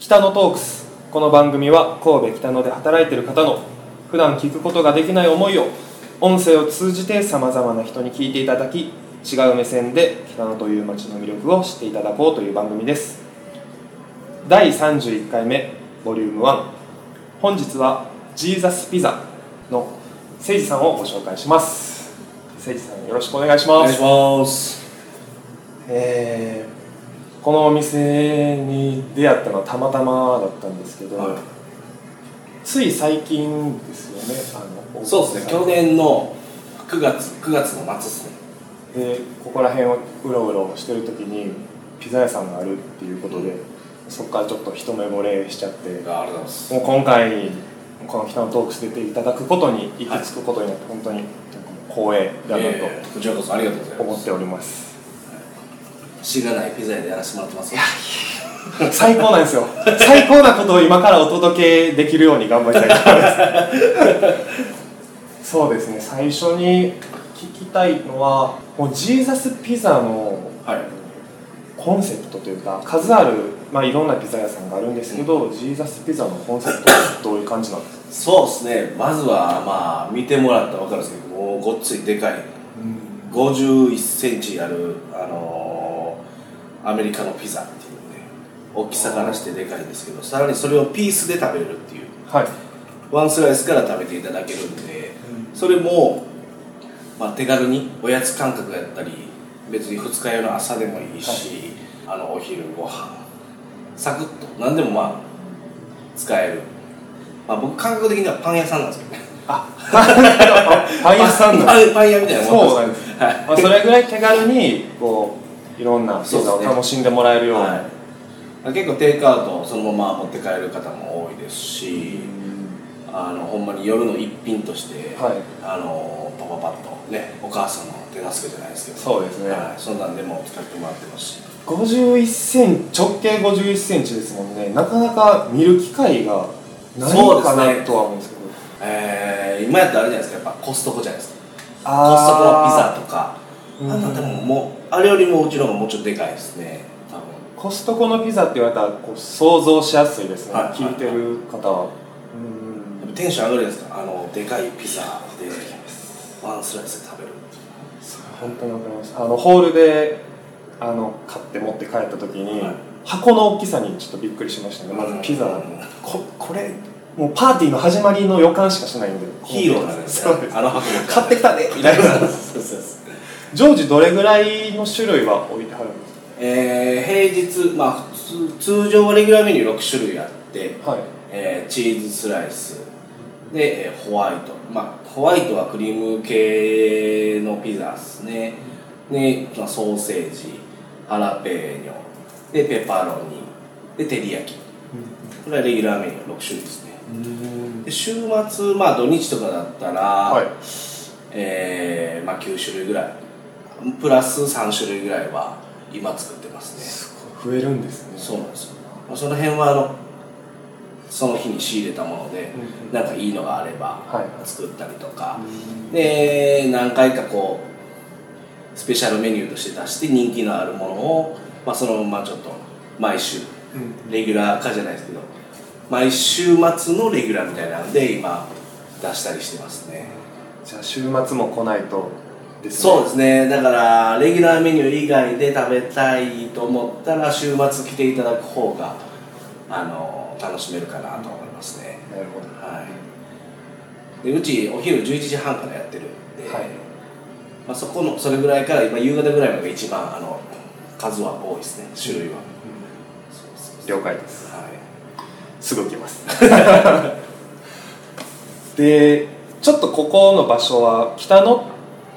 北野トークス。この番組は神戸北野で働いている方の普段聞くことができない思いを音声を通じてさまざまな人に聞いていただき、違う目線で北野という街の魅力を知っていただこうという番組です。第31回目ボリューム1。本日はジーザスピザの誠司さんをご紹介します。誠司さん、よろしくお願いします。 お願いします。 このお店に出会ったのはたまたまだったんですけど、はい、つい最近ですよね。 そうですね、去年の9月の末ですね。 ここら辺をうろうろしてる時にピザ屋さんがあるっていうことで、そこからちょっと一目惚れしちゃって、 ありがとうございます。 もう今回この北野トークス出ていただくことに行き着くことになって、本当に光栄だなとこちらこそありがとうございます。 思っております。 しがないピザ屋でやらせてもらってます。 最高なんですよ。最高なことを今からお届けできるように頑張りたいと思います。そうですね、最初に聞きたいのは、もうジーザスピザのコンセプトというか、数ある、いろんなピザ屋さんがあるんですけど、ジーザスピザのコンセプトはどういう感じなんですか？ そうですね、まずは見てもらったら分かるんですけど、もうごっついでかい、51センチある、アメリカのピザっていうね、大きさからしてでかいんですけど、さらにそれをピースで食べれるっていう、ワンスライスから食べていただけるんで、それも、手軽におやつ感覚やったり、別に二日酔いの朝でもいいし、お昼ご飯サクッと何でも使える、僕感覚的にはパン屋さんなんですけどね。 パン屋さんなんです。 パン屋みたいなもんなんです。 そうなんです。それぐらい手軽にこういろんなピザを楽しんでもらえるように、 結構テイクアウトそのまま持って帰る方も多いですし、ほんまに夜の一品として、パパパッとね、お母さんの手助けじゃないですけど、 そうですね、 そんなんでも使ってもらってますし、 51センチ、直径51センチですもんね。なかなか見る機会がないかなとは思うんですけど、 今やったらあれじゃないですか、やっぱコストコじゃないですか。コストコのピザとか、でもあれよりもうちの方がもうちょっとでかいですね。多分コストコのピザって言われたらこう想像しやすいですね、聞いてる方は。 テンション上がるじゃないですか、でかいピザでワンスライスで食べる。 本当にわかります。ホールで買って持って帰った時に、箱の大きさにちょっとびっくりしましたね。まずピザ、これもうパーティーの始まりの予感しかしないんで、 ヒーローなんですよ。箱買ってきたねみたいな。常時どれぐらいの種類は置いてはるんですか？ 平日、通常はレギュラーメニュー6種類あって、チーズスライスで、ホワイト、ホワイトはクリーム系のピザですね。で、ソーセージ、ハラペーニョで、ペパロニで、照り焼き、これはレギュラーメニュー6種類ですね。で、週末、土日とかだったら、9種類ぐらいプラス3種類ぐらいは今作ってますね。 すごい増えるんですね。 そうなんですよ。その辺はその日に仕入れたもので、なんかいいのがあれば作ったりとか、で何回かこうスペシャルメニューとして出して人気のあるものを、そのままちょっと毎週、レギュラー化じゃないですけど毎週末のレギュラーみたいなんで今出したりしてますね。 じゃあ週末も来ないとですね。 そうですね、だからレギュラーメニュー以外で食べたいと思ったら週末来ていただく方が楽しめるかなと思いますね。 なるほど。 でうちお昼11時半からやってるんで、それぐらいから今夕方ぐらいまでが一番数は多いですね、種類は。 了解です。すぐ来ます。で、ちょっとここの場所は北野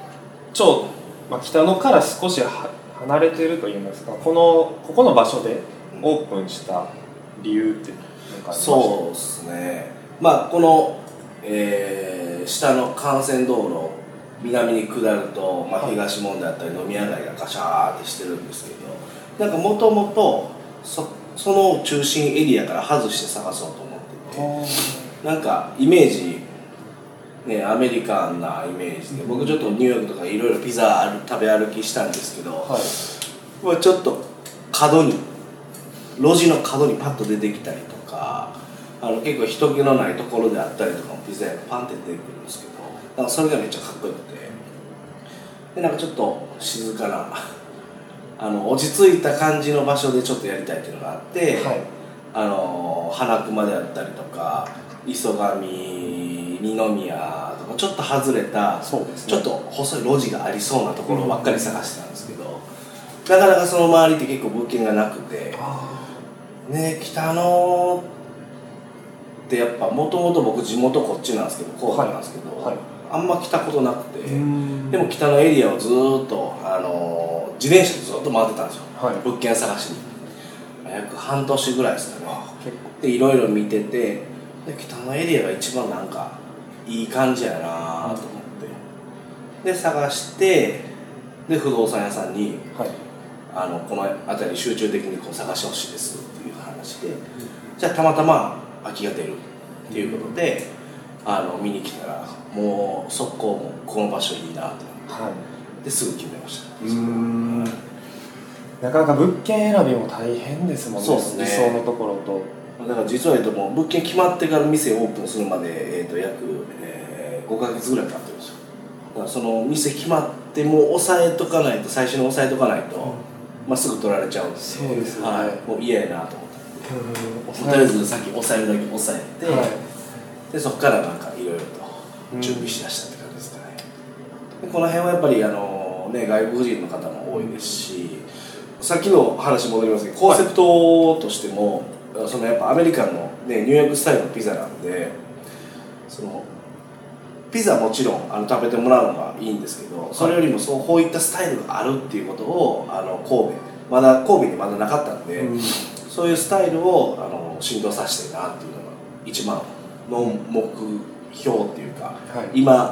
から少し離れているといいますか、ここの場所でオープンした理由って何かありました？ そうですね、この、下の幹線道路南に下ると、東門だったり飲み屋街がガシャーってしてるんですけど、なんかもともとその中心エリアから外して探そうと思ってて、なんかイメージアメリカンなイメージで、僕ちょっとニューヨークとかいろいろピザ食べ歩きしたんですけど、ちょっと角に路地の角にパッと出てきたりとか、結構人気のないところであったりとかもピザ屋がパンって出てくるんですけど、なんかそれがめっちゃかっこよくて、でなんかちょっと静かな落ち着いた感じの場所でちょっとやりたいっていうのがあって、 はい、 花熊であったりとか磯上二宮とかちょっと外れた、 そうですね、 ちょっと細い路地がありそうなところばっかり探してたんですけど、なかなかその周りって結構物件がなくて、ね、北野ってやっぱもともと僕地元こっちなんですけど、神戸なんですけど、 はいはい、 あんま来たことなくて、でも北のエリアをずーっと、自転車でずっと回ってたんですよ、 はい、 物件探しに。約半年ぐらいですかね。 結構でいろいろ見てて、で北のエリアが一番なんかいい感じやなと思って、で探して、で不動産屋さんに、 はい、 この辺り集中的にこう探してほしいですっていう話で、じゃあたまたま空きが出るっていうことで、見に来たらもう速攻もこの場所いいなと、はい、ですぐ決めました。 なかなか物件選びも大変ですもんね。 そうですね、 理想のところと。 だから実は言うともう物件決まってから店オープンするまで、約、5ヶ月ぐらいかかってるんですよ。だからその店決まってもう抑えとかないと、最初に抑えとかないと、すぐ取られちゃうんで、 そうですよね、 はい、もう嫌やなと思って、とりあえず先抑えるだけ抑えて、はい、でそこからなんかいろいろと準備しだしたって感じですかね。でこの辺はやっぱり外国人の方も多いですし、さっきの話戻りますけど、コンセプトとしても、そのやっぱアメリカンの、ね、ニューヨークスタイルのピザなんで、そのピザもちろん食べてもらうのがいいんですけど、それよりもこういったスタイルがあるっていうことを神戸にまだなかったんで、そういうスタイルを浸透させたいなっていうのが一番の目標っていうか、今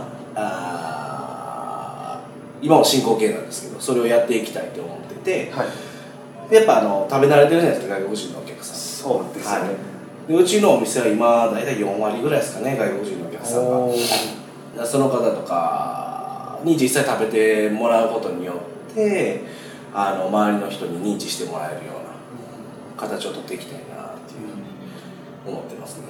も進行形なんですけど、それをやっていきたいと思ってて、でやっぱ食べ慣れてるじゃないですか、外国人のお客さん。 そうですよね、 でうちのお店は今大体4割ぐらいですかね、外国人のお客さんが。その方とかに実際食べてもらうことによって周りの人に認知してもらえるような形を取っていきたいなっていう思ってますね、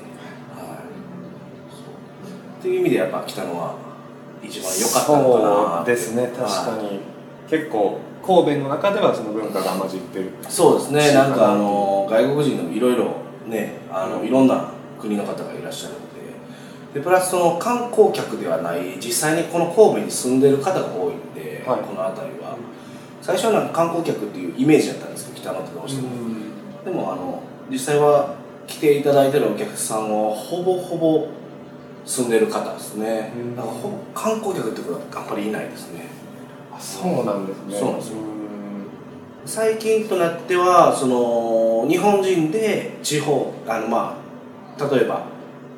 っていう意味でやっぱ来たのは一番良かったのかな。 そうですね、確かに、結構神戸の中ではその文化が混じってる。 そうですね、なんか外国人のいろいろね、いろんな国の方がいらっしゃるので、プラスその観光客ではない実際にこの神戸に住んでる方が多いんで、この辺りは最初はなんか観光客っていうイメージだったんですけど、北野ってどうしても、でも実際は来ていただいてるお客さんはほぼほぼ住んでる方ですね。だからほぼ観光客ってことはあんまりいないですね。 そうなんですね。 そうなんですよ。最近となってはその日本人で地方例えば、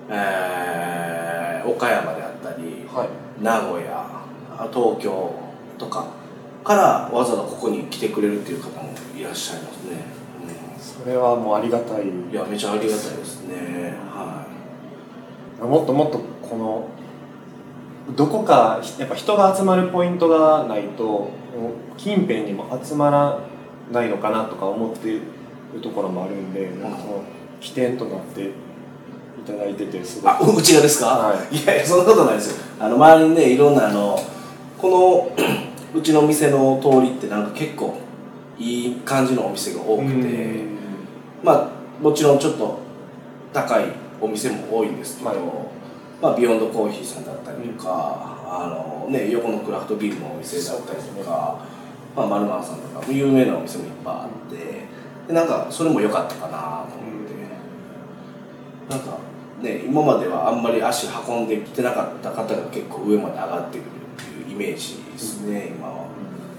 岡山であったり、名古屋、東京とかからわざわざここに来てくれるっていう方もいらっしゃいますね。 それはもうありがたい。 いや、めちゃありがたいですね。 もっともっとこのどこかやっぱ人が集まるポイントがないと近辺にも集まらないのかなとか思っているところもあるんで、なんかその起点となっていただいててすごい。 うちがですか？いやいや、そんなことないですよ。周りにね、いろんなこのうちのお店の通りってなんか結構いい感じのお店が多くて、もちろんちょっと高いお店も多いんですけど、ビヨンドコーヒーさんだったりとか、横のクラフトビールのお店だったりとか、マルマンさんとか有名なお店もいっぱいあって、でなんかそれも良かったかなと思って、なんかね、今まではあんまり足運んできてなかった方が結構上まで上がってくるっていうイメージですね、今は。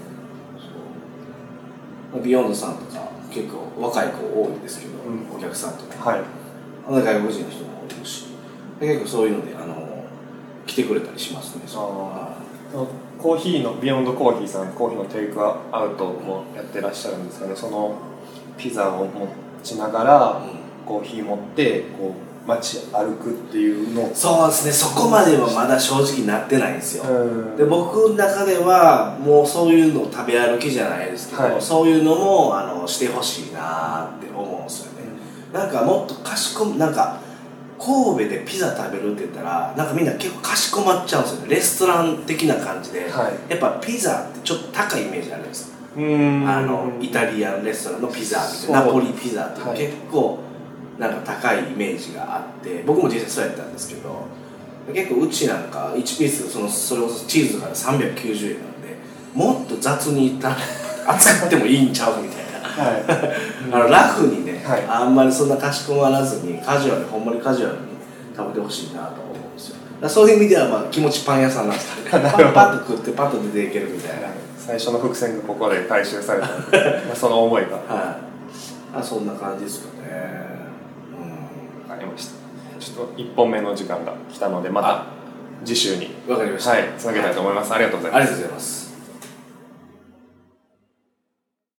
ビヨンドさんとか結構若い子多いんですけど、お客さんとか、外国人の人も多いし、結構そういうので来てくれたりしますね。 コーヒーのビヨンドコーヒーさん、コーヒーのテイクアウトもやってらっしゃるんですかね。そのピザを持ちながら、コーヒー持ってこう街歩くっていうの。 そうですね、そこまではまだ正直なってないんですよ。で僕の中ではもうそういうのを食べ歩きじゃないですけど、そういうのもしてほしいなって思うんですよね、なんかもっとなんか神戸でピザ食べるって言ったらなんかみんな結構かしこまっちゃうんですよね。レストラン的な感じで、 はい、 やっぱピザってちょっと高いイメージあるんですよ。イタリアンレストランのピザみたいな、ナポリピザっていうの結構なんか高いイメージがあって、僕も実際そうやったんですけど、結構うちなんか1ピースそれこそチーズから390円なんで、もっと雑に扱ってもいいんちゃうみたいなはい、ラフにね、はい、あんまりそんなかしこまらずにカジュアルにほんまにカジュアルに食べてほしいなと思うんですよ。そういう意味ではまあ気持ちパン屋さんなんですけど、ね、パッと食ってパッと出ていけるみたいな最初の伏線がここで回収されたその思いが、 はい、そんな感じですかね。 分かりました。ちょっと1本目の時間が来たのでまた次週に分かりました、 はい、つなげたいと思います。ありがとうございます。 ありがとうございます。